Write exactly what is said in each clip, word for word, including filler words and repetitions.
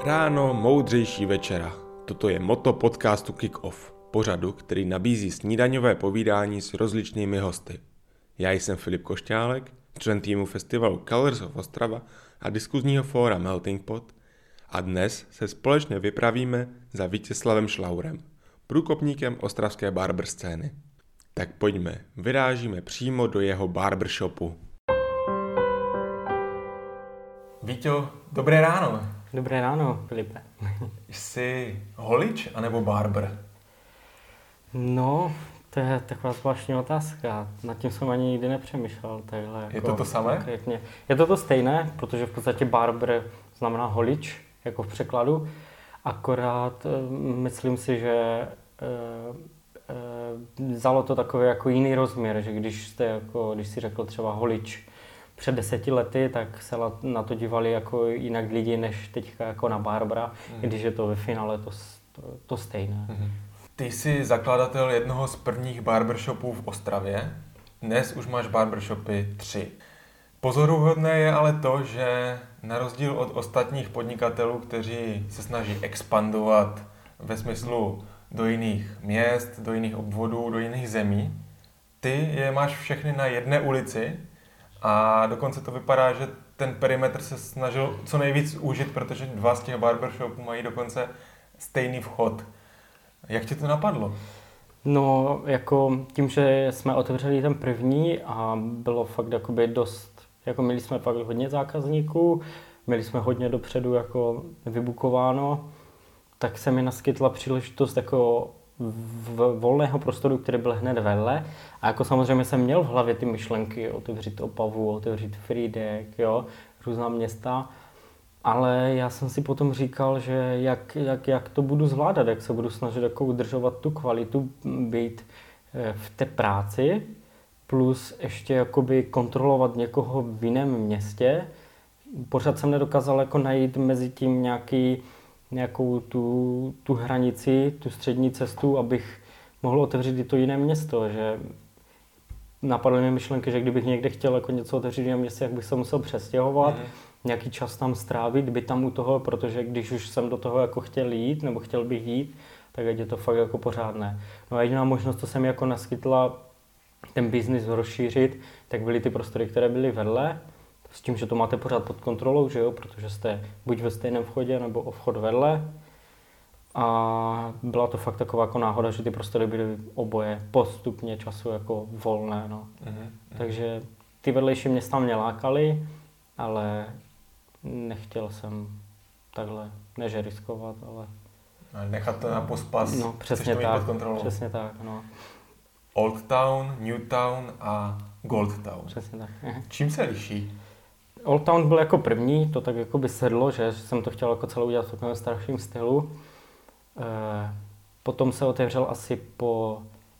Ráno moudřejší večera. Toto je motto podcastu Kick Off, pořadu, který nabízí snídaňové povídání s rozličnými hosty. Já jsem Filip Košťálek, člen týmu festivalu Colors of Ostrava a diskuzního fóra Melting Pot a dnes se společně vypravíme za Vítězslavem Šlaurem, průkopníkem ostravské barber scény. Tak pojďme, vyrážíme přímo do jeho barbershopu. Víťo, dobré ráno. Dobré ráno, Filipe. Jsi holič anebo barber? No, to je taková zvláštní otázka. Nad tím jsem ani nikdy nepřemýšlel. Takhle, Je jako, to to samé? Konkrétně. Je to to stejné, protože v podstatě barber znamená holič, jako v překladu. Akorát myslím si, že e, e, vzalo to takový jako jiný rozměr, že když jste jako, když si řekl třeba holič před deseti lety, tak se na to dívali jako jinak lidi, než teďka jako na barbera, mm. když je to ve finále to, to, to stejné. Mm. Ty jsi zakladatel jednoho z prvních barbershopů v Ostravě. Dnes už máš barbershopy tři. Pozoruhodné je ale to, že na rozdíl od ostatních podnikatelů, kteří se snaží expandovat ve smyslu do jiných měst, do jiných obvodů, do jiných zemí, ty je máš všechny na jedné ulici. A dokonce to vypadá, že ten perimetr se snažil co nejvíc užit, protože dva z těch barbershopů mají dokonce stejný vchod. Jak tě to napadlo? No, jako tím, že jsme otevřeli ten první a bylo fakt jakoby dost, jako měli jsme fakt hodně zákazníků, měli jsme hodně dopředu jako vybukováno, tak se mi naskytla příležitost jako v volného prostoru, který byl hned vedle. A jako samozřejmě jsem měl v hlavě ty myšlenky otevřít Opavu, otevřít Frýdek, jo, různá města. Ale já jsem si potom říkal, že jak, jak, jak to budu zvládat, jak se budu snažit jako udržovat tu kvalitu, být v té práci, plus ještě jakoby kontrolovat někoho v jiném městě. Pořád jsem nedokázal jako najít mezi tím nějaký nějakou tu, tu hranici, tu střední cestu, abych mohl otevřít i to jiné město, že napadly mi myšlenky, že kdybych někde chtěl jako něco otevřít v jiném městě, jak bych se musel přestěhovat, mm. nějaký čas tam strávit, být tam u toho, protože když už jsem do toho jako chtěl jít, nebo chtěl bych jít, tak ať je to fakt jako pořádné. No a jediná možnost, co se mi jako naskytla ten biznis rozšířit, tak byly ty prostory, které byly vedle, s tím, že to máte pořád pod kontrolou, že jo, protože jste buď ve stejném vchodě, nebo o vchod vedle. A byla to fakt taková jako náhoda, že ty prostory byly oboje postupně času jako volné, no. Mm-hmm. Takže ty vedlejší města mě lákaly, ale nechtěl jsem takhle, neže riskovat, ale... Nechat to na pospas, no, přesně to tak, pod kontrolou. Přesně tak, no. Old Town, New Town a Gold Town. Přesně tak. Čím se liší? Old Town byl jako první, to tak jako by sedlo, že jsem to chtěl jako celou udělat v takovém starším stylu. E, potom se otevřel asi po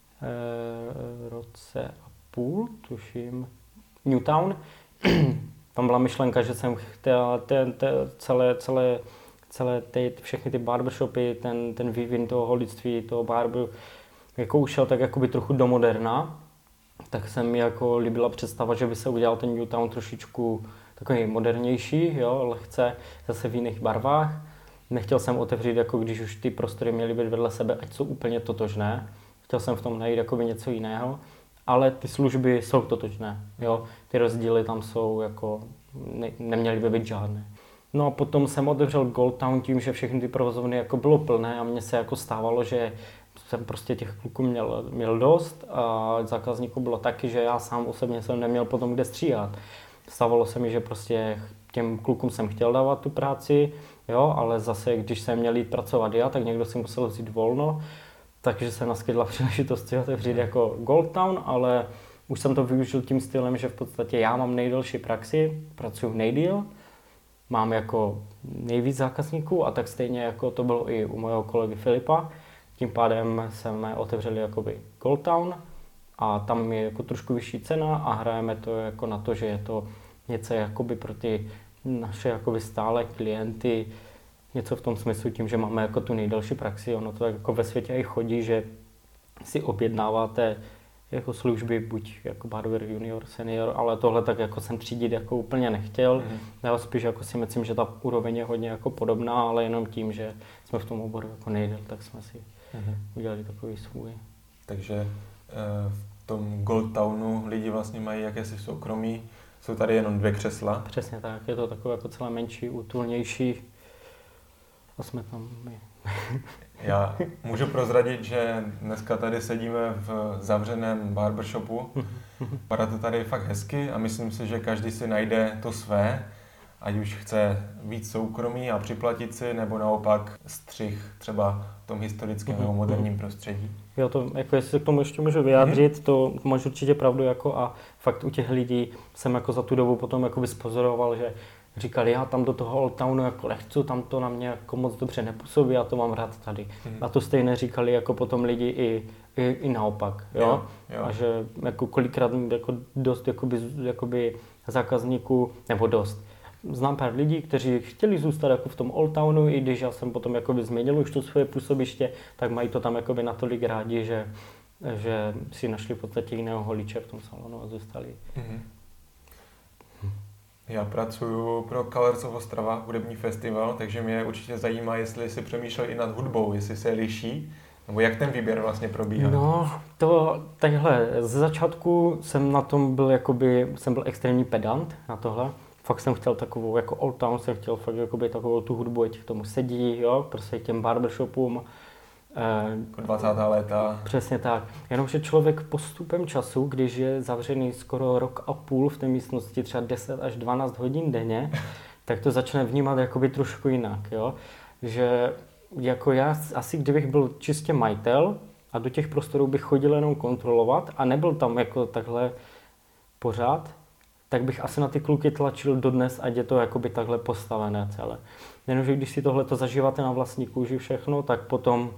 e, roce a půl, tuším, New Town. Tam byla myšlenka, že jsem chtěl ten, ten, celé, celé, celé ty, všechny ty barbershopy, ten, ten vývin toho holictví, toho barberu, jako ušel tak jakoby trochu do moderna. Tak se mi jako líbila představa, že by se udělal ten New Town trošičku takový modernější, jo, lehce, zase v jiných barvách. Nechtěl jsem otevřít, jako když už ty prostory měly být vedle sebe, ať jsou úplně totožné. Chtěl jsem v tom najít jakoby něco jiného, ale ty služby jsou totožné, jo. Ty rozdíly tam jsou jako, ne, neměly by být žádné. No a potom jsem otevřel Gold Town tím, že všechny ty provozovny jako bylo plné a mně se jako stávalo, že jsem prostě těch kluků měl, měl dost a zákazníků bylo taky, že já sám osobně jsem neměl potom kde stříhat. Stávalo se mi, že prostě těm klukům jsem chtěl dávat tu práci, jo, ale zase, když jsem měl jít pracovat já, tak někdo si musel vzít volno, takže se naskytla příležitost si otevřít jako Gold Town, ale už jsem to využil tím stylem, že v podstatě já mám nejdelší praxi, pracuji nejdýl, mám jako nejvíc zákazníků a tak stejně jako to bylo i u mého kolegy Filipa. Tím pádem jsme otevřeli jakoby Gold Town a tam je jako trošku vyšší cena a hrajeme to jako na to, že je to něco jakoby pro ty naše jakoby stále klienty, něco v tom smyslu tím, že máme jako tu nejdelší praxi. Ono to tak jako ve světě i chodí, že si objednáváte jako služby, buď jako barber junior, senior, ale tohle tak jako jsem třídit jako úplně nechtěl. Mm. Já spíš jako si myslím, že ta úroveň je hodně jako podobná, ale jenom tím, že jsme v tom oboru jako nejdel, tak jsme si mm. udělali takový svůj. Takže v tom Gold Townu lidi vlastně mají jakési soukromí, jsou tady jenom dvě křesla. Přesně tak, je to takové jako celé menší, útulnější a jsme tam my. Já můžu prozradit, že dneska tady sedíme v zavřeném barbershopu. Vypadá to tady fakt hezky a myslím si, že každý si najde to své, ať už chce víc soukromí a připlatit si, nebo naopak střih třeba v tom historickém nebo moderním prostředí. Jo, to, jako jestli se k tomu ještě můžu vyjádřit, to máš určitě pravdu jako a fakt u těch lidí jsem jako za tu dobu potom jako vyspozoroval, že říkali, já tam do toho Old Townu jako nechci, tam to na mě jako moc dobře nepůsobí, já to mám rád tady. Hmm. A to stejné říkali jako potom lidi i, i, i naopak, jo? Jo, jo. A že jako kolikrát jako dost jakoby, jakoby zákazníků, nebo dost. Znám pár lidí, kteří chtěli zůstat jako v tom Old Townu, i když já jsem potom jakoby změnil už to svoje působiště, tak mají to tam jakoby natolik rádi, že, že si našli v podstatě jiného holiče v tom salonu a zůstali. Hmm. Já pracuji pro Colors of Ostrava, hudební festival, takže mě určitě zajímá, jestli si přemýšlel i nad hudbou, jestli se liší, nebo jak ten výběr vlastně probíhá. No, to takhle, ze začátku jsem na tom byl jakoby, jsem byl extrémní pedant na tohle. Fakt jsem chtěl takovou, jako Old Town jsem chtěl fakt jakoby takovou tu hudbu, ať k tomu sedí, jo, prostě těm barbershopům. Jako dvacátá léta. Přesně tak. Jenomže člověk postupem času, když je zavřený skoro rok a půl v té místnosti, třeba deset až dvanáct hodin denně, tak to začne vnímat jakoby trošku jinak, jo. Že jako já asi kdybych byl čistě majitel a do těch prostorů bych chodil jenom kontrolovat a nebyl tam jako takhle pořád, tak bych asi na ty kluky tlačil dodnes, ať je to jakoby takhle postavené celé. Jenomže když si tohle to zažíváte na vlastní kůži všechno, tak potom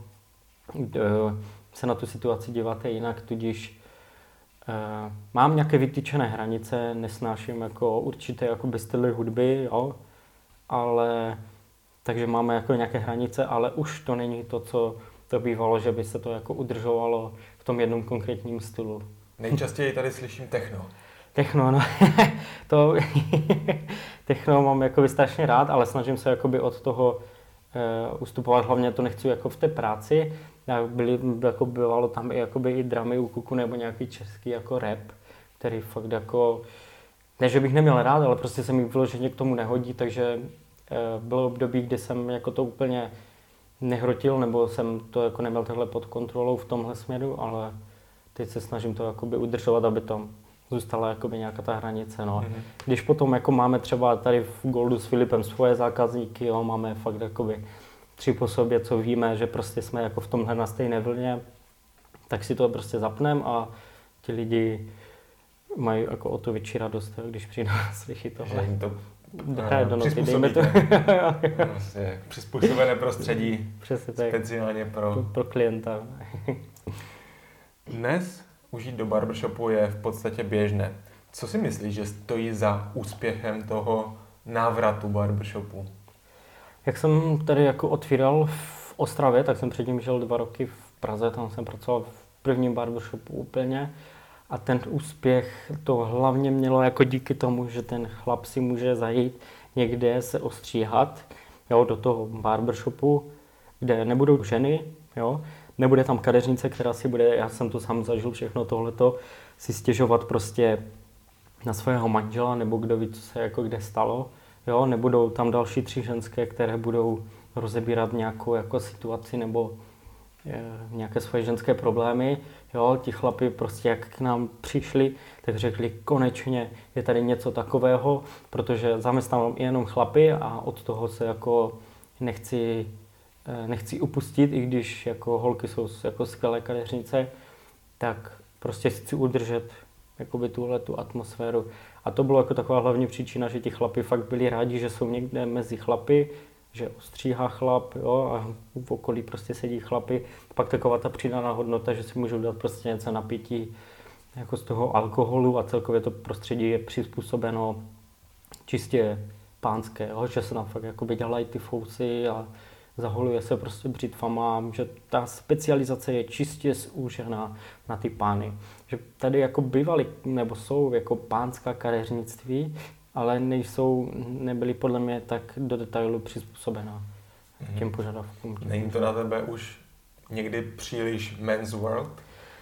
se na tu situaci díváte jinak, tudíž uh, mám nějaké vytyčené hranice, nesnáším jako určité jakoby styly hudby, jo, ale takže máme jako nějaké hranice, ale už to není to, co to bývalo, že by se to jako udržovalo v tom jednom konkrétním stylu. Nejčastěji tady slyším techno. Techno, no, to techno mám jakoby strašně rád, ale snažím se jakoby od toho uh, ustupovat, hlavně to nechci jako v té práci. Byly, jako bývalo tam i, jakoby, i dramy u Kuku nebo nějaký český jako rap, který fakt jako, ne že bych neměl rád, ale prostě se mi vyloženě k tomu nehodí, takže uh, bylo období, kdy jsem jako to úplně nehrotil, nebo jsem to jako neměl takhle pod kontrolou v tomhle směru, ale teď se snažím to jakoby udržovat, aby to zůstala jakoby nějaká ta hranice, no. Mm-hmm. Když potom jako máme třeba tady v Goldu s Filipem svoje zákazníky, jo, máme fakt jakoby tři po sobě, co víme, že prostě jsme jako v tomhle na stejné vlně, tak si to prostě zapneme a ti lidi mají jako o to větší radost, jo, když přijde a slyší tohle. Že jim to hraje do noty, dejme to. Vlastně přizpůsobené prostředí, speciálně pro... pro, pro klienta. Dnes už jít do barbershopu je v podstatě běžné. Co si myslíš, že stojí za úspěchem toho návratu barbershopu? Jak jsem tady jako otvíral v Ostravě, tak jsem předtím žil dva roky v Praze, tam jsem pracoval v prvním barbershopu úplně. A ten úspěch to hlavně mělo jako díky tomu, že ten chlap si může zajít někde se ostříhat, jo, do toho barbershopu, kde nebudou ženy, jo. Nebude tam kadeřnice, která si bude, já jsem to sám zažil všechno tohleto, si stěžovat prostě na svého manžela, nebo kdo ví, co se jako kde stalo. Jo, nebudou tam další tři ženské, které budou rozebírat nějakou jako situaci nebo je, nějaké svoje ženské problémy. Jo, ti chlapi prostě jak k nám přišli, tak řekli, konečně je tady něco takového, protože zaměstnávám jenom chlapy a od toho se jako nechci nechci upustit, i když jako holky jsou jako skvělé kadeřnice, tak prostě chci udržet jakoby tuhle tu atmosféru. A to bylo jako taková hlavní příčina, že ti chlapi fakt byli rádi, že jsou někde mezi chlapy, že ostříhá chlap, jo, a v okolí prostě sedí chlapy. Pak taková ta přidaná hodnota, že si můžou dát prostě něco na pití jako z toho alkoholu a celkově to prostředí je přizpůsobeno čistě pánské, jo, že se tam fakt jakoby dělají ty fousy a zaholuje se prostě břitvama, že ta specializace je čistě zúžená na ty pány. že tady jako bývaly, nebo jsou jako pánská kadeřnictví, ale nejsou, nebyly podle mě tak do detailu přizpůsobená mm-hmm. těm požadavkům. Není to na tebe už někdy příliš men's world?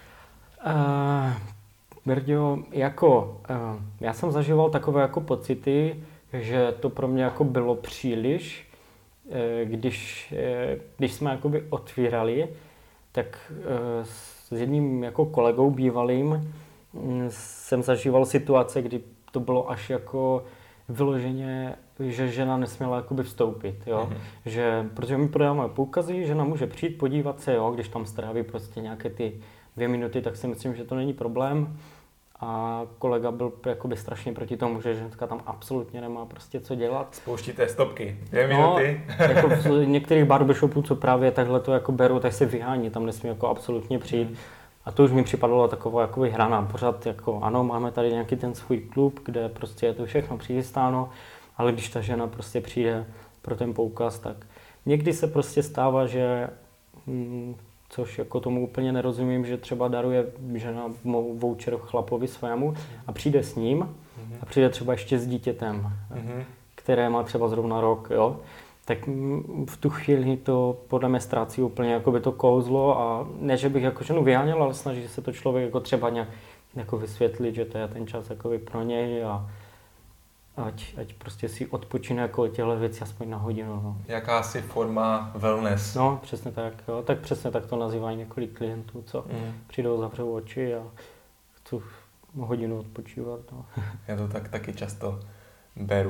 Uh, Brďo, jako, uh, já jsem zažíval takové jako pocity, že to pro mě jako bylo příliš, uh, když, uh, když jsme jakoby otvírali, tak uh, s jedním jako kolegou bývalým um, jsem zažíval situace, kdy to bylo až jako vyloženě, že žena nesměla jakoby vstoupit, jo? Mm-hmm. Že, protože my prodáváme poukazy, žena může přijít, podívat se, jo? Když tam stráví prostě nějaké ty dvě minuty, tak si myslím, že to není problém. A kolega byl jakoby strašně proti tomu, že ženská tam absolutně nemá prostě co dělat. Spouštíte stopky, dvě minuty. No, jako v některých barbershopů, co právě takhle to jako berou, tak se vyhání, tam nesmí jako absolutně přijít. Mm. A to už mi připadalo taková jakoby hraná, pořád jako ano, máme tady nějaký ten svůj klub, kde prostě je to všechno přichystáno, ale když ta žena prostě přijde pro ten poukaz, tak někdy se prostě stává, že, hm, což jako tomu úplně nerozumím, že třeba daruje žena voucher chlapovi svému a přijde s ním a přijde třeba ještě s dítětem, mm-hmm. které má třeba zrovna rok, jo. Tak v tu chvíli to podle mě ztrácí úplně jakoby to kouzlo a ne, že bych jako ženu vyháněl, ale snaží se to člověk jako třeba nějak jako vysvětlit, že to je ten čas jakoby pro něj a ať, ať prostě si odpočine jako těhle věci aspoň na hodinu. No. Jakási forma wellness. No, přesně tak, jo. Tak přesně tak to nazývají několik klientů, co mm. přijdou, zavřou oči a chci hodinu odpočívat. No. Já to tak taky často beru.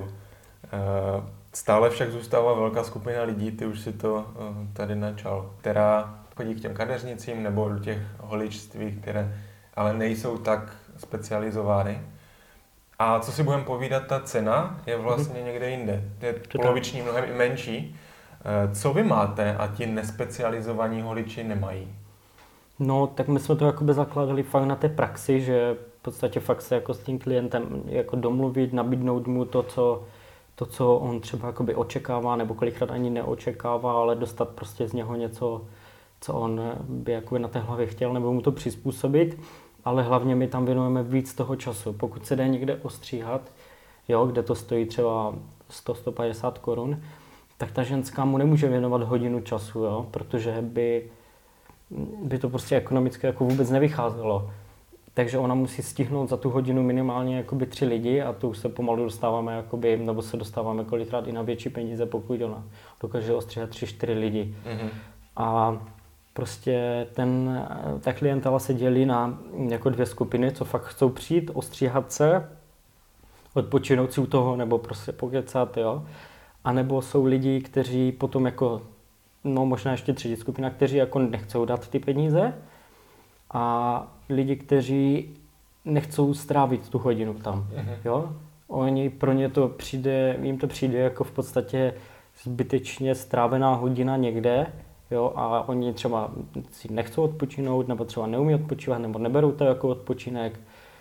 Stále však zůstává velká skupina lidí, ty už si to tady načal, která chodí k těm kadeřnicím nebo do těch holičství, které ale nejsou tak specializovány. A co si budeme povídat, ta cena je vlastně někde jinde. Je poloviční, mnohem i menší. Co vy máte a ti nespecializovaní holiči nemají? No, tak my jsme to jakoby zakládali fakt na té praxi, že v podstatě fakt se jako s tím klientem jako domluvit, nabídnout mu to, co to, co on třeba jakoby očekává, nebo kolikrát ani neočekává, ale dostat prostě z něho něco, co on by jakoby na té hlavě chtěl, nebo mu to přizpůsobit, ale hlavně my tam věnujeme víc toho času. Pokud se jde někde ostříhat, jo, kde to stojí třeba sto až sto padesát korun, tak ta ženská mu nemůže věnovat hodinu času, jo, protože by, by to prostě ekonomicky jako vůbec nevycházelo. Takže ona musí stihnout za tu hodinu minimálně jakoby tři lidi a to už se pomalu dostáváme, jakoby, nebo se dostáváme kolikrát i na větší peníze, pokud ona dokáže ostříhat tři, čtyři lidi. Mm-hmm. A prostě ten, ta klientela se dělí na jako dvě skupiny, co fakt chcou přijít, ostříhat se, odpočinout si u toho, nebo prostě pokecat, jo. A nebo jsou lidi, kteří potom jako, no možná ještě třetí skupina, kteří jako nechcou dát ty peníze, a lidi, kteří nechcou strávit tu hodinu tam, uh-huh. jo. Oni, pro ně to přijde, jim to přijde jako v podstatě zbytečně strávená hodina někde, jo, a oni třeba si nechcou odpočinout, nebo třeba neumí odpočívat, nebo neberou to jako odpočinek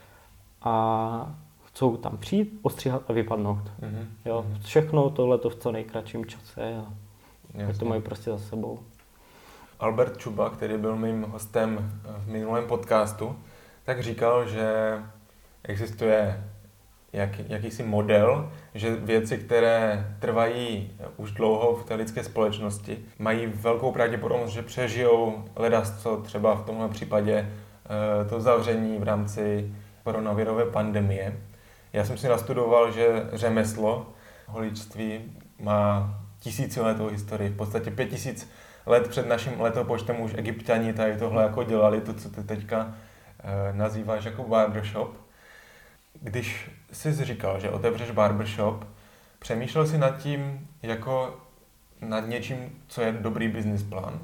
a chcou tam přijít, ostříhat a vypadnout, uh-huh. jo. Všechno tohleto v co nejkratším čase a to mají prostě za sebou. Albert Čuba, který byl mým hostem v minulém podcastu, tak říkal, že existuje jak, jakýsi model, že věci, které trvají už dlouho v té lidské společnosti, mají velkou pravděpodobnost, že přežijou ledas, co třeba v tomhle případě to zavření v rámci koronavirové pandemie. Já jsem si nastudoval, že řemeslo, holičství má tisíciletou historii, v podstatě pět tisíc let před naším letopočtem už Egypťani tady tohle jako dělali, to, co ty teďka e, nazýváš jako barbershop. Když jsi říkal, že otevřeš barbershop, přemýšlel jsi nad tím jako nad něčím, co je dobrý business plán?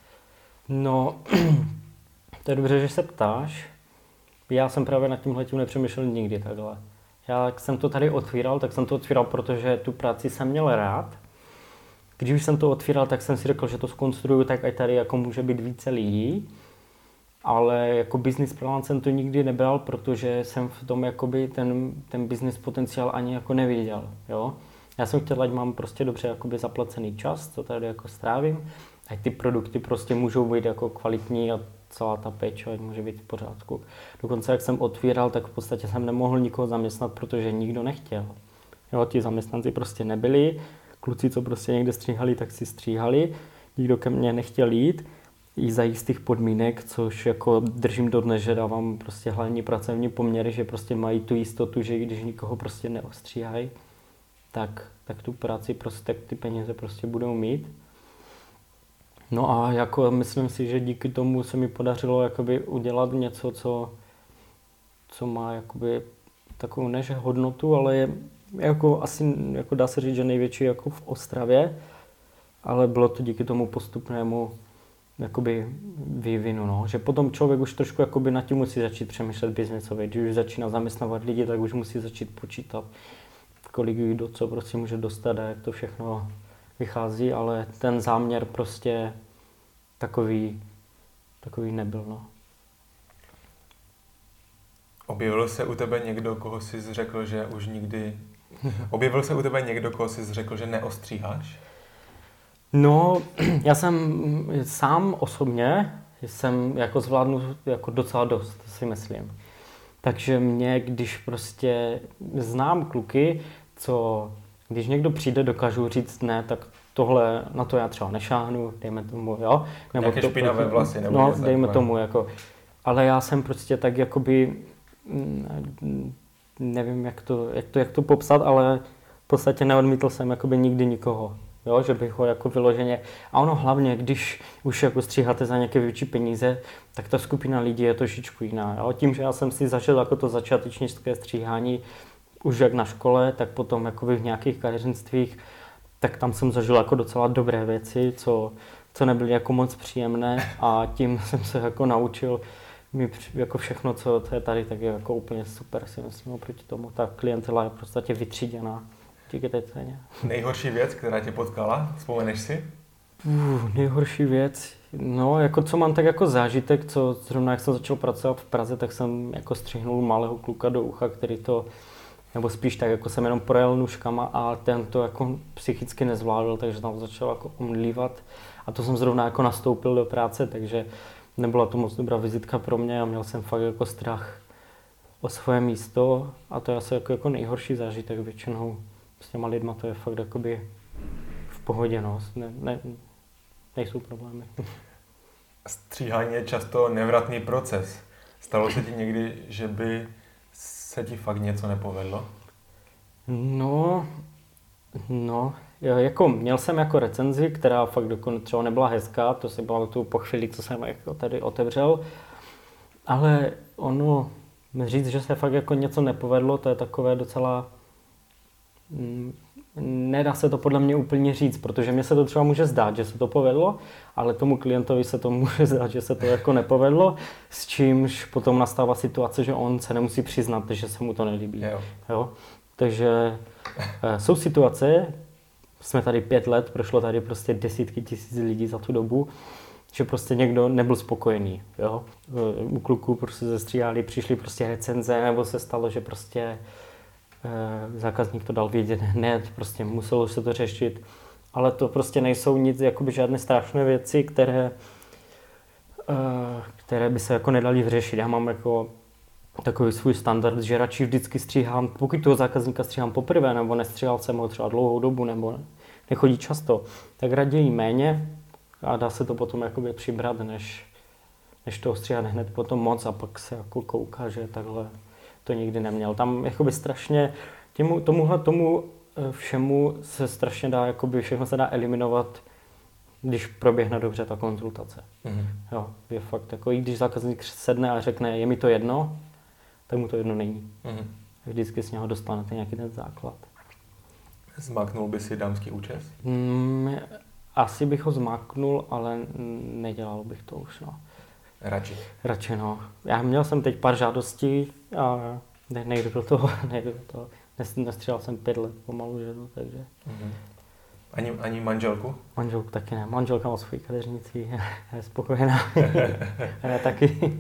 No, to je dobře, že se ptáš. Já jsem právě nad tímhletím nepřemýšlel nikdy takhle. Já, jak jsem to tady otvíral, tak jsem to otvíral, protože tu práci jsem měl rád. Když jsem to otvíral, tak jsem si řekl, že to zkonstruuju tak, ať tady jako může být více lidí. Ale jako business plán jsem to nikdy nebral, protože jsem v tom jakoby ten, ten business potenciál ani jako neviděl. Jo? Já jsem chtěl, ať mám prostě dobře jakoby zaplacený čas, co tady jako strávím. Ať ty produkty prostě můžou být jako kvalitní a celá ta péče může být v pořádku. Dokonce jak jsem otvíral, tak v podstatě jsem nemohl nikoho zaměstnat, protože nikdo nechtěl. Jo, ti zaměstnanci prostě nebyli, kluci, co prostě někde stříhali, tak si stříhali, nikdo ke mně nechtěl jít, i za jistých podmínek, což jako držím dodnes, že dávám prostě hlavní pracovní poměry, že prostě mají tu jistotu, že když nikoho prostě neostříhají, tak, tak tu práci prostě, tak ty peníze prostě budou mít. No a jako myslím si, že díky tomu se mi podařilo jakoby udělat něco, co, co má jakoby takovou než hodnotu, ale je jako asi jako dá se říct, že největší jako v Ostravě, ale bylo to díky tomu postupnému jakoby vývinu, no. Že potom člověk už trošku jakoby nad tím musí začít přemýšlet biznesově. Když už začíná zaměstnávat lidi, tak už musí začít počítat, kolik kdo co prostě může dostat a jak to všechno vychází, ale ten záměr prostě takový, takový nebyl, no. Objevil se u tebe někdo, koho jsi řekl, že už nikdy... Objevil se u tebe někdo, koho jsi řekl, že neostříháš? No, já jsem sám osobně, jsem jako zvládnu jako docela dost, si myslím. Takže mě, když prostě znám kluky, co, když někdo přijde, dokážu říct ne, tak tohle, na to já třeba nešáhnu, dejme tomu, jo. Nebo nějaké to, špinavé vlasy, nebo no, dejme takové. Tomu, jako. Ale já jsem prostě tak jakoby, nevím, jak to, jak to, jak to popsat, ale v podstatě neodmítl jsem jakoby nikdy nikoho. Jo, že bych ho jako vyloženě... A ono hlavně, když už jako stříháte za nějaké větší peníze, tak ta skupina lidí je trošičku jiná. Jo? Tím, že já jsem si začal jako to začátečnické stříhání už jak na škole, tak potom jakoby v nějakých kadeřnictvích, tak tam jsem zažil jako docela dobré věci, co, co nebyly jako moc příjemné a tím jsem se jako naučil mi jako všechno, co, co je tady, tak je jako úplně super, si myslím, oproti tomu. Ta klientela je v podstatě vytříděná. Díky té ceně. Nejhorší věc, která tě potkala, vzpomeneš si? Uh, nejhorší věc, no jako co mám tak jako zážitek, co zrovna jak jsem začal pracovat v Praze, tak jsem jako střihnul malého kluka do ucha, který to, nebo spíš tak jako jsem jenom projel nůžkama a ten to jako psychicky nezvládl, takže tam začal jako omdlívat a to jsem zrovna jako nastoupil do práce, takže nebyla to moc dobrá vizitka pro mě a měl jsem fakt jako strach o svoje místo a to je asi jako, jako nejhorší zážitek většinou. S těma lidma to je fakt jakoby v pohodě, no. Ne, ne, nejsou problémy. Stříhání je často nevratný proces. Stalo se ti někdy, že by se ti fakt něco nepovedlo? No, no, jako měl jsem jako recenzi, která fakt dokonce třeba nebyla hezká, to si bylo tu po chvíli, co jsem jako tady otevřel, ale ono, říct, že se fakt jako něco nepovedlo, to je takové docela... Nedá se to podle mě úplně říct, protože mně se to třeba může zdát, že se to povedlo, ale tomu klientovi se to může zdát, že se to jako nepovedlo, s čímž potom nastává situace, že on se nemusí přiznat, že se mu to nelíbí. Jo. Jo? Takže e, jsou situace, jsme tady pět let, prošlo tady prostě desítky tisíc lidí za tu dobu, že prostě někdo nebyl spokojený. Jo? E, u kluků prostě zestříhali, přišli prostě recenze, nebo se stalo, že prostě zákazník to dal vědět hned, prostě muselo se to řešit, ale to prostě nejsou nic, jakoby žádné strašné věci, které, které by se jako nedali vyřešit. Já mám jako takový svůj standard, že radši vždycky stříhám, pokud toho zákazníka stříhám poprvé, nebo nestříhal jsem ho třeba dlouhou dobu, nebo nechodí často, tak raději méně a dá se to potom jakoby přibrat, než, než toho stříhat hned potom moc a pak se jako kouká, že takhle to nikdy neměl. Tam jakoby strašně, těmu, tomuhle tomu všemu se strašně dá, jakoby všechno se dá eliminovat, když proběhne dobře ta konzultace. Mm-hmm. Jo, je fakt takový, když zákazník sedne a řekne, je mi to jedno, tak mu to jedno není. Mm-hmm. Vždycky z něho dostanete nějaký ten základ. Zmáknul by si dámský účes? Mm, asi bych ho zmáknul, ale nedělal bych to už, no. Radši. Radši, no. Já měl jsem teď pár žádostí a ne, nejdu do toho, nejdu do toho. Nestříhal jsem pět let pomalu, že no, takže. Mm-hmm. Ani, ani manželku? Manželku taky ne. Manželka má svoji kadeřnici, je spokojená. Já taky.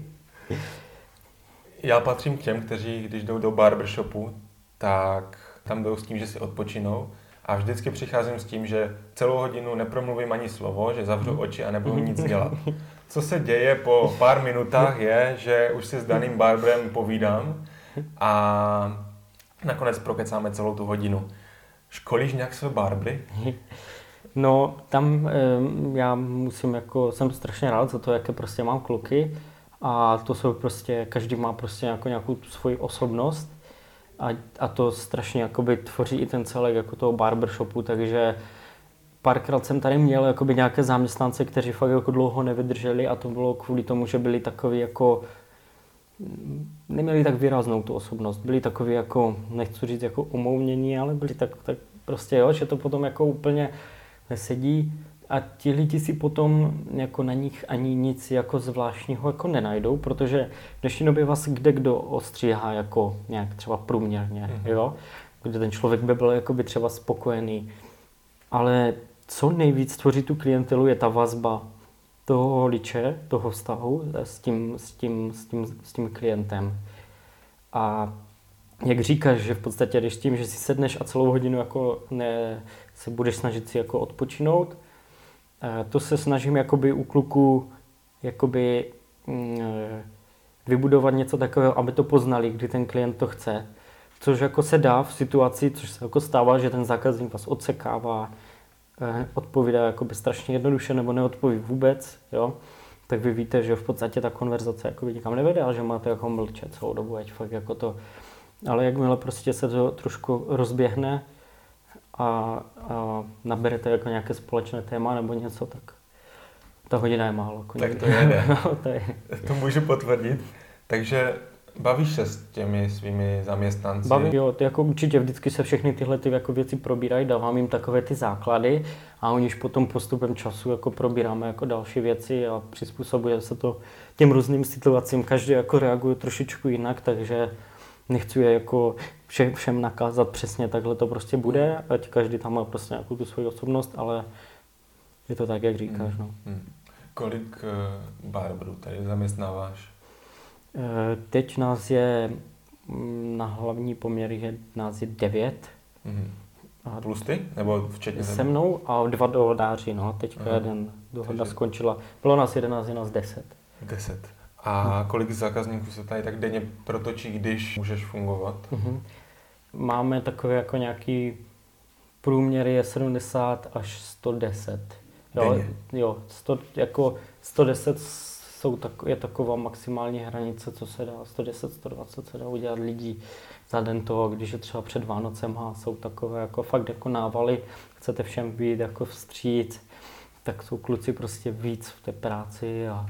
Já patřím k těm, kteří, když jdou do barbershopu, tak tam jdou s tím, že si odpočinou. A vždycky přicházím s tím, že celou hodinu nepromluvím ani slovo, že zavřu oči a nebudu nic dělat. Co se děje po pár minutách je, že už si s daným barberem povídám a nakonec prokecáme celou tu hodinu. Školíš nějak své barbery? No, tam já musím jako, jsem strašně rád za to, jaké prostě mám kluky a to jsou prostě, každý má prostě jako nějakou svoji osobnost a, a to strašně jakoby tvoří i ten celek jako toho barbershopu, takže párkrát jsem tady měl jakoby nějaké zaměstnance, kteří fakt jako dlouho nevydrželi a to bylo kvůli tomu, že byli takový jako, neměli tak výraznou tu osobnost, byli takový jako, nechci říct jako umoumění, ale byli tak, tak prostě jo, že to potom jako úplně nesedí a ti lidi si potom jako na nich ani nic jako zvláštního jako nenajdou, protože v dnešní době vás kde kdo ostříhá jako nějak třeba průměrně, mm-hmm. jo, kde ten člověk by byl jakoby třeba spokojený, ale co nejvíc tvoří tu klientelu je ta vazba toho holiče, toho vztahu s tím, s tím, s tím, s tím klientem. A jak říkáš, že v podstatě když tím, že si sedneš a celou hodinu jako ne, se budeš snažit si jako odpočinout, to se snažím jakoby u kluků jakoby mm, vybudovat něco takového, aby to poznali, kdy ten klient to chce. Což jako se dá v situaci, což se jako stává, že ten zákazník vás odsekává, odpovídá jakoby strašně jednoduše nebo neodpoví vůbec, jo, tak vy víte, že v podstatě ta konverzace jakoby nikam nevede, ale že máte jako mlčet celou dobu, ať fakt jako to. Ale jakmile prostě se to trošku rozběhne a, a naberete jako nějaké společné téma nebo něco, tak ta hodina je málo. Tak to jede. No, to, je. To můžu potvrdit. Takže bavíš se s těmi svými zaměstnanci? Baví, jo, jako určitě vždycky se všechny tyhle ty jako věci probírají, dávám jim takové ty základy a oni už potom postupem času jako probíráme jako další věci a přizpůsobuje se to těm různým situacím. Každý jako reaguje trošičku jinak, takže nechci je jako všem, všem nakázat přesně takhle to prostě bude, ať každý tam má prostě nějakou tu svoji osobnost, ale je to tak, jak říkáš. No. Hmm. Kolik uh, barberů tady zaměstnáváš? Teď nás je na hlavní poměry je, nás je devět. Mm. A plus ty? Nebo včetně se mnou a dva dohodáři, no. Teďka Aha. jeden dohoda Takže... skončila. Bylo nás jedenáct, je nás deset. Deset. A kolik zákazníků se tady tak denně protočí, když můžeš fungovat? Mm-hmm. Máme takové jako nějaký průměr je sedmdesát až sto deset. Jo, jo sto, jako sto deset jsou tak, je taková maximální hranice, co se dá, sto deset, sto dvacet se dá udělat lidí za den toho, když je třeba před Vánocem a jsou takové jako fakt jako návaly, chcete všem být jako vstříc, tak jsou kluci prostě víc v té práci a...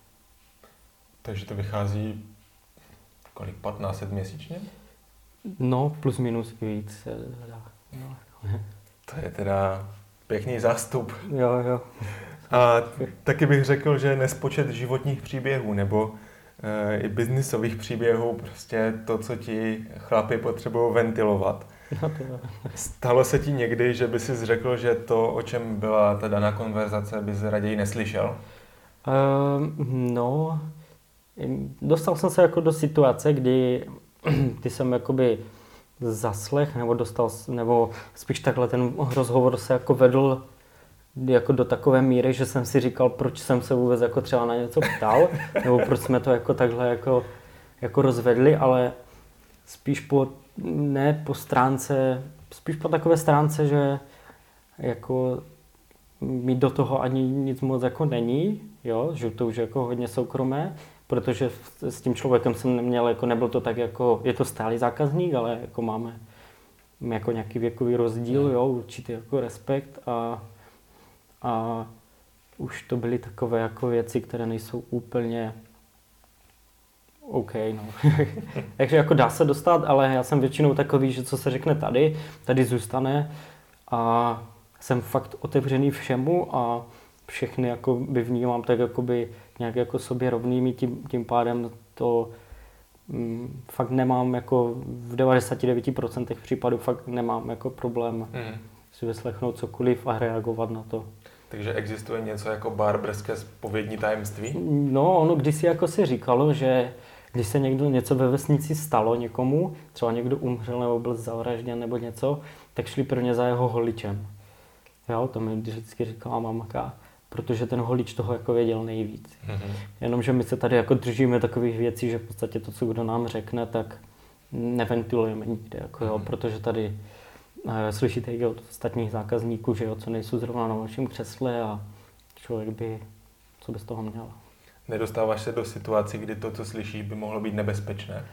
Takže to vychází kolik, patnáct set měsíčně? No, plus minus víc. No. To je teda pěkný zástup. Jo, jo. A taky bych řekl, že nespočet životních příběhů nebo e, i biznisových příběhů, prostě to, co ti chlapi potřebují ventilovat. No to Stalo se ti někdy, že by si řekl, že to, o čem byla ta daná konverzace, bys raději neslyšel? Uh, no, dostal jsem se jako do situace, kdy ty jsem jakoby zaslech, nebo dostal, nebo spíš takhle ten rozhovor se jako vedl jako do takové míry, že jsem si říkal, proč jsem se vůbec jako třeba na něco ptal, nebo proč jsme to jako takhle jako, jako rozvedli, ale spíš po, ne po stránce, spíš po takové stránce, že jako mi do toho ani nic moc jako není, jo, že to už je jako hodně soukromé, protože s tím člověkem jsem neměl, jako nebyl to tak jako, je to stálý zákazník, ale jako máme jako nějaký věkový rozdíl, jo, určitý jako respekt a A už to byly takové jako věci, které nejsou úplně OK, no. Takže jako dá se dostat, ale já jsem většinou takový, že co se řekne tady, tady zůstane a jsem fakt otevřený všemu a všechny jako by vnímám tak jakoby nějak jako sobě rovnými, tím, tím pádem to mm, fakt nemám jako v devadesát devět procent případů fakt nemám jako problém mm. si vyslechnout cokoliv a reagovat na to. Takže existuje něco jako barberské zpovědní tajemství? No, ono kdysi jako si říkalo, že když se někdo něco ve vesnici stalo někomu, třeba někdo umřel nebo byl zavražděn nebo něco, tak šli prvně za jeho holičem. Jo, to mi vždycky říkala mamka. protože ten holič toho jako věděl nejvíc. Mm-hmm. Jenomže my se tady jako držíme takových věcí, že v podstatě to, co kdo nám řekne, tak neventilujeme nikde, jako jo, mm-hmm. protože tady uh, slyšíte i od ostatních zákazníků, že jo, co nejsou zrovna na vašem křesle a člověk by, co by z toho měl. Nedostáváš se do situací, kdy to, co slyšíš, by mohlo být nebezpečné?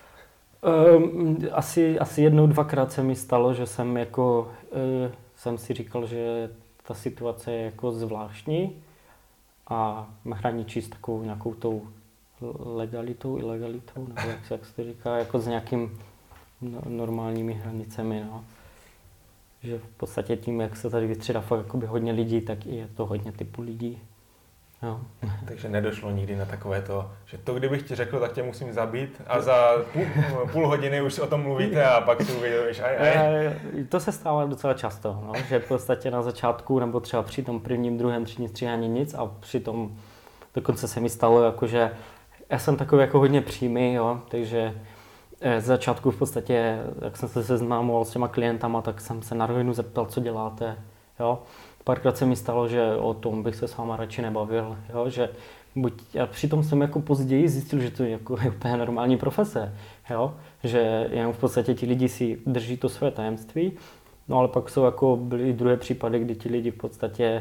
Um, asi, asi jednou, dvakrát se mi stalo, že jsem jako, uh, jsem si říkal, že ta situace je jako zvláštní a hraničí s takovou nějakou tou legalitou, ilegalitou, nebo jak se, jak se to říká, jako s nějakým no, normálními hranicemi, no. Že v podstatě tím, jak se tady vystřídá fakt jakoby hodně lidí, tak i je to hodně typu lidí. Jo. Takže nedošlo nikdy na takové to, že to kdybych ti řekl, tak tě musím zabít a za půl, půl hodiny už o tom mluvíte a pak si uvědomíš, aj, aj. To se stává docela často, no, že v podstatě na začátku nebo třeba při tom prvním, druhém třídním stříhání nic a při tom dokonce se mi stalo, jakože já jsem takový jako hodně přímý, jo, takže z začátku v podstatě, jak jsem se seznámoval s těma klientama, tak jsem se na rovinu zeptal, co děláte, jo. Párkrát se mi stalo, že o tom bych se s váma radši nebavil, jo, že buď, a přitom jsem jako později zjistil, že to je jako je úplně normální profese, jo, že jenom v podstatě ti lidi si drží to své tajemství, no ale pak jsou jako byly druhé případy, kdy ti lidi v podstatě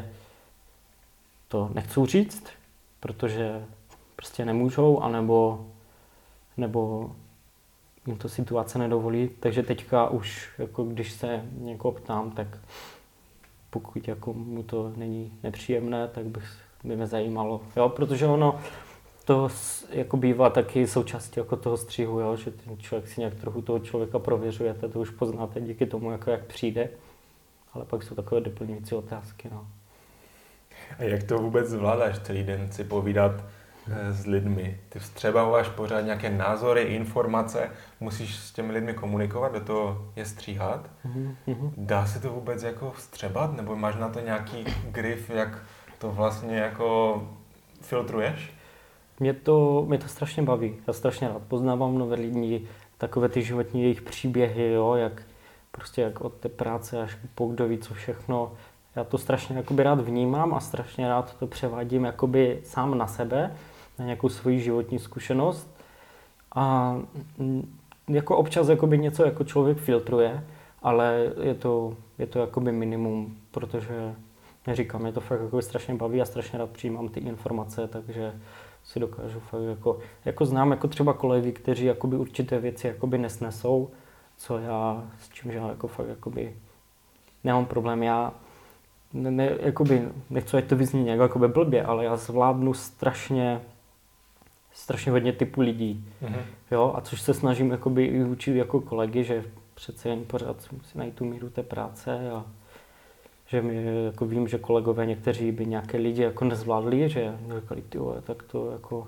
to nechcou říct, protože prostě nemůžou, anebo nebo jim to situace nedovolí, takže teďka už, jako když se někoho ptám, tak pokud jako mu to není nepříjemné, tak bych, by mě zajímalo, jo, protože ono to jako bývá taky součástí jako toho střihu, jo, že ten člověk si nějak trochu toho člověka prověřujete, to už poznáte díky tomu, jako jak přijde, ale pak jsou takové doplňující otázky, no. A jak to vůbec zvládáš celý den si povídat s lidmi? Ty vstřebáváš pořád nějaké názory, informace, musíš s těmi lidmi komunikovat, do toho je stříhat. Mm-hmm. Dá se to vůbec jako vstřebat, nebo máš na to nějaký grif, jak to vlastně jako filtruješ? Mě to, mě to strašně baví, já strašně rád poznávám nové lidi, takové ty životní jejich příběhy, jo, jak prostě jak od té práce až po kdo ví co všechno. Já to strašně jakoby rád vnímám a strašně rád to převádím jakoby sám na sebe, na nějakou svoji životní zkušenost. A jako občas jakoby něco jako člověk filtruje, ale je to, je to jakoby minimum, protože neříkám, mě to fakt jakoby strašně baví a strašně rád přijímám ty informace, takže si dokážu fakt jako, jako znám jako třeba kolegy, kteří jakoby určité věci jakoby nesnesou, co já, s čím já jako fakt jakoby nemám problém. Já Ne, ne, jakoby, nechci, ať to vyzní nějak jakoby blbě, ale já zvládnu strašně, strašně hodně typu lidí, mm-hmm. jo, a což se snažím jakoby i učit jako kolegy, že přece jen pořád musí najít tu míru té práce a že my, jako vím, že kolegové někteří by nějaké lidi jako nezvládli, že říkali, tyjo, tak to jako,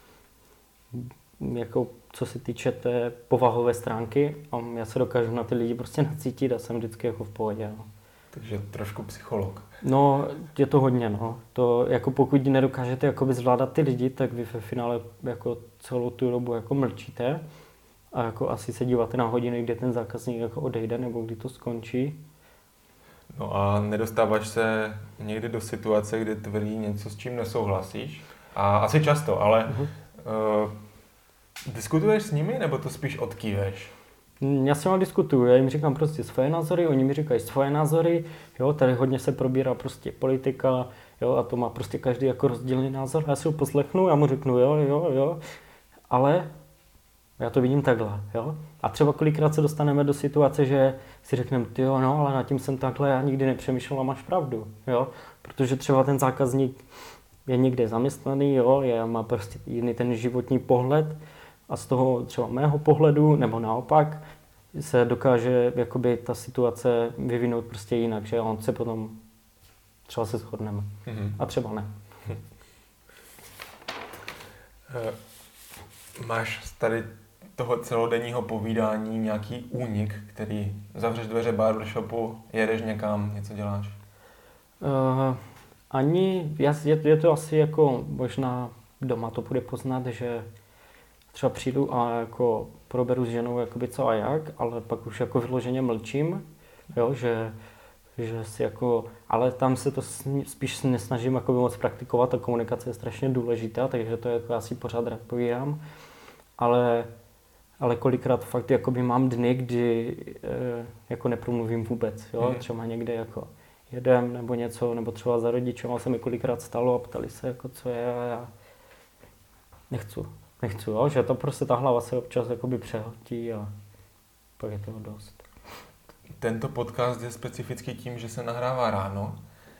jako co se týče té povahové stránky, a já se dokážu na ty lidi prostě nacítit a jsem vždycky jako v pohodě, no. Takže trošku psycholog. No, je to hodně, no. To, jako pokud nedokážete jakoby zvládat ty lidi, tak vy ve finále jako celou tu dobu jako mlčíte a jako asi se díváte na hodiny, kdy ten zákazník jako odejde nebo kdy to skončí. No a nedostáváš se někdy do situace, kdy tvrdí něco, s čím nesouhlasíš? A asi často, ale uh-huh. uh, diskutuješ s nimi, nebo to spíš odkýveš? Já s nimi diskutuju, já jim říkám prostě svoje názory, oni mi říkají svoje názory, jo, tady hodně se probírá prostě politika, jo, a to má prostě každý jako rozdílný názor, já si ho poslechnu, já mu řeknu jo, jo, jo, ale já to vidím takhle, jo. A třeba kolikrát se dostaneme do situace, že si řekneme, ty jo, no, ale nad tím jsem takhle, já nikdy nepřemýšlel a máš pravdu, jo, protože třeba ten zákazník je někde zaměstnaný, jo, je, má prostě jiný ten životní pohled, a z toho třeba mého pohledu, nebo naopak, se dokáže jakoby ta situace vyvinout prostě jinak, že on se potom třeba se shodneme. Mm-hmm. A třeba ne. Máš tady toho celodenního povídání nějaký únik, který zavřeš dveře barbershopu, jedeš někam, něco děláš? Uh, ani, je, je to asi jako, možná doma to bude poznat, že třeba přijdu a jako proberu s ženou jakoby co a jak, ale pak už jako vyloženě mlčím, jo, že že si jako, ale tam se to spíš nesnažím jako moc praktikovat, ta komunikace je strašně důležitá, takže to jako já si pořád rád povídám, ale, ale kolikrát fakt jakoby mám dny, kdy e, jako nepromluvím vůbec, jo, hmm. třeba někde jako jedem nebo něco, nebo třeba za rodičema se mi kolikrát stalo a ptali se jako co je a já nechci, nechci, jo, že to prostě ta hlava se občas jakoby přehltí a pak je toho dost. Tento podcast je specifický tím, že se nahrává ráno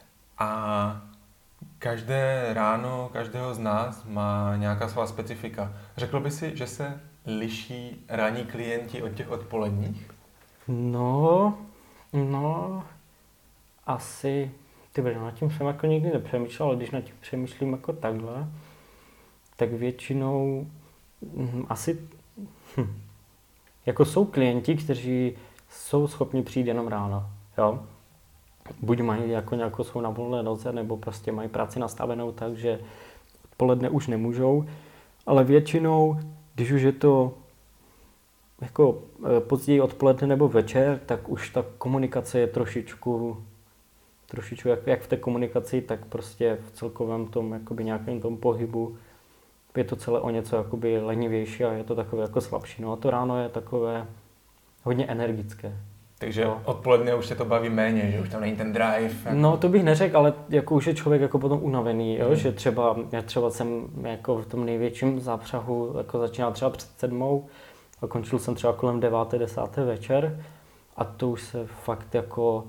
a každé ráno každého z nás má nějaká svá specifika. Řekl by si, že se liší ranní klienti od těch odpoledních? No, no, asi, ty brdo, nad tím jsem jako nikdy nepřemýšlel, ale když nad tím přemýšlím jako takhle, tak většinou hm, asi, hm, jako jsou klienti, kteří jsou schopni přijít jenom ráno, jo. Buď mají jako nějakou jsou na volné noze, nebo prostě mají práci nastavenou tak, že odpoledne už nemůžou, ale většinou, když už je to jako později odpoledne nebo večer, tak už ta komunikace je trošičku, trošičku jak, jak v té komunikaci, tak prostě v celkovém tom jakoby nějakém tom pohybu je to celé o něco jakoby lenivější a je to takové jako slabší. No a to ráno je takové hodně energické. Takže no. Odpoledne už se to baví méně, že už tam není ten drive. Jako... No to bych neřekl, ale jako už je člověk jako potom unavený, jo? Mm. Že třeba, já třeba jsem jako v tom největším zápřahu jako začínal třeba před sedmou a končil jsem třeba kolem deváté, desáté večer a to už se fakt jako,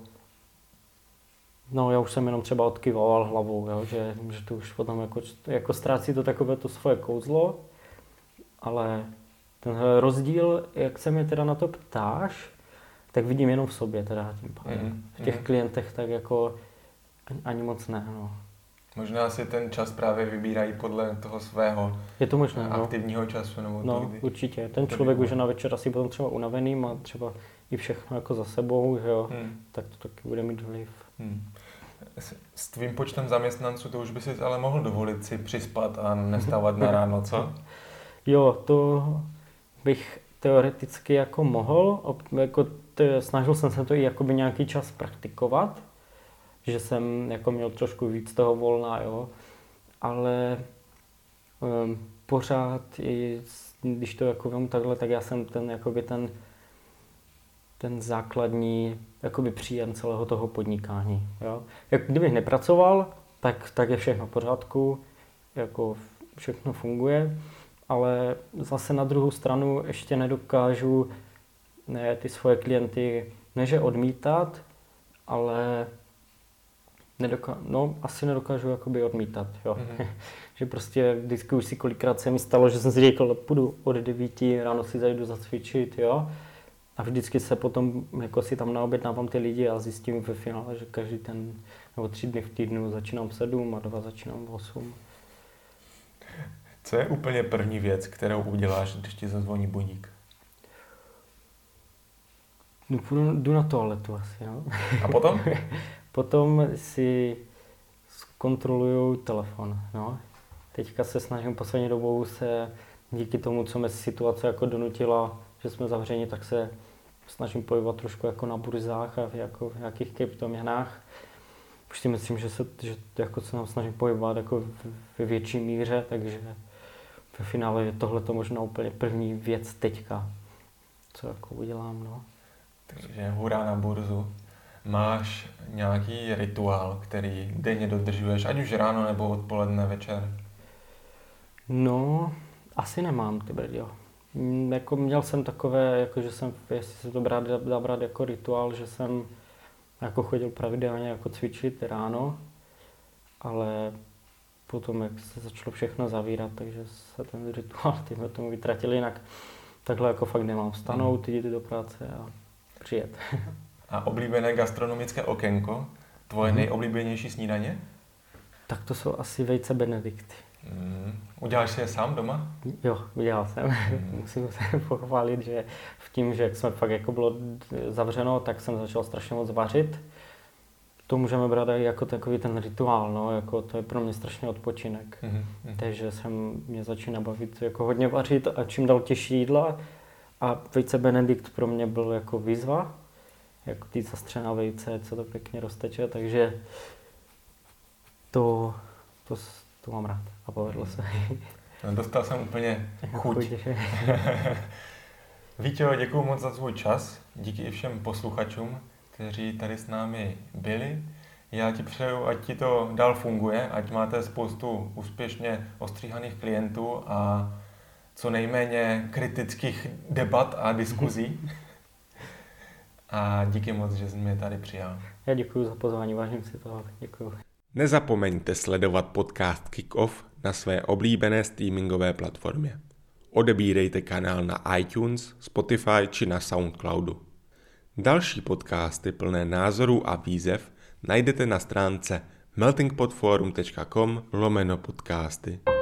no já už jsem jenom třeba odkyvoval hlavou, jo? Že, že to už potom jako, jako ztrácí to takové to svoje kouzlo, ale ten rozdíl, jak se mě teda na to ptáš, tak vidím jenom v sobě teda tím pádem. Mm, v těch mm. klientech tak jako ani moc ne, no. Možná si ten čas právě vybírají podle toho svého je to možné, aktivního no. času. Nebo no, to, kdy... určitě. Ten člověk už je na večer asi potom třeba unavený, má třeba i všechno jako za sebou, že jo, mm. tak to taky bude mít vliv. Mm. S, s tvým počtem zaměstnanců to už by si ale mohl dovolit si přispat a nestávat na ráno, co? Jo, to bych teoreticky jako mohl, jako t- snažil jsem se to i jakoby nějaký čas praktikovat, že jsem jako měl trošku víc toho volna, jo, ale um, pořád, i když to jako vím takhle, tak já jsem ten, jakoby ten, ten základní jakoby příjem celého toho podnikání, jo. Jak kdybych nepracoval, tak, tak je všechno v pořádku, jako všechno funguje, ale zase na druhou stranu ještě nedokážu ne, ty svoje klienty neže odmítat, ale nedoká- no, asi nedokážu jakoby odmítat, jo. Mm-hmm. Že prostě vždycky už si kolikrát se mi stalo, že jsem si řekl, půjdu od devíti, ráno si zajdu zacvičit, jo. A vždycky se potom, jako si tam naobjednávám ty lidi a zjistím ve finále, že každý ten, nebo tři dny v týdnu začínám v sedm a dva začínám v osm. Co je úplně první věc, kterou uděláš, když ti zazvoní budík? Jdu, jdu na toaletu asi, no. A potom? Potom si zkontroluju telefon, no. Teďka se snažím poslední dobou se, díky tomu, co mě situace jako donutila, že jsme zavřeni, tak se snažím pohybovat trošku jako na burzách a v, jako v nějakých kryptoměnách. Už si myslím, že se, že jako se nám snažím pohybovat jako ve větší míře, takže ve finále je tohle to možná úplně první věc teďka, co jako udělám, no. Takže hurá na burzu. Máš nějaký rituál, který denně dodržuješ, ať už ráno nebo odpoledne, večer? No, asi nemám, ty brdio. Jako měl jsem takové, jako že jsem, jestli se to brát, dá brát jako rituál, že jsem jako chodil pravidelně jako cvičit ráno, ale potom, jak se začalo všechno zavírat, takže se ten rituál tímhle tomu vytratil jinak. Takhle jako fakt nemám vstanout, jít do práce a přijet. A oblíbené gastronomické okénko? Tvoje hmm. nejoblíbenější snídaně? Tak to jsou asi vejce benedikty. Hmm. Uděláš si je sám doma? Jo, udělal jsem. Hmm. Musím se pochválit, že v tím, že jak jsme fakt jako bylo zavřeno, tak jsem začal strašně moc vařit. To můžeme brát jako takový ten rituál, no, jako to je pro mě strašně odpočinek. Hmm. Takže jsem, mě začíná bavit jako hodně vařit a čím dál těžší jídla. A vejce benedikt pro mě byl jako výzva. jako ty zastřená vejce, co to pěkně rozteče, takže to, to, to mám rád a povedlo se. No, dostal jsem úplně chuť. Víťo, děkuji moc za tvůj čas, díky i všem posluchačům, kteří tady s námi byli. Já ti přeju, ať ti to dál funguje, ať máte spoustu úspěšně ostříhaných klientů a co nejméně kritických debat a diskuzí. A díky moc, že jsi mě tady přijal. Já děkuji za pozvání, vážím si toho. Děkuji. Nezapomeňte sledovat podcast Kick-Off na své oblíbené streamingové platformě. Odebírejte kanál na iTunes, Spotify či na Soundcloudu. Další podcasty plné názorů a výzev najdete na stránce meltingpotforum tečka com lomeno podcasty.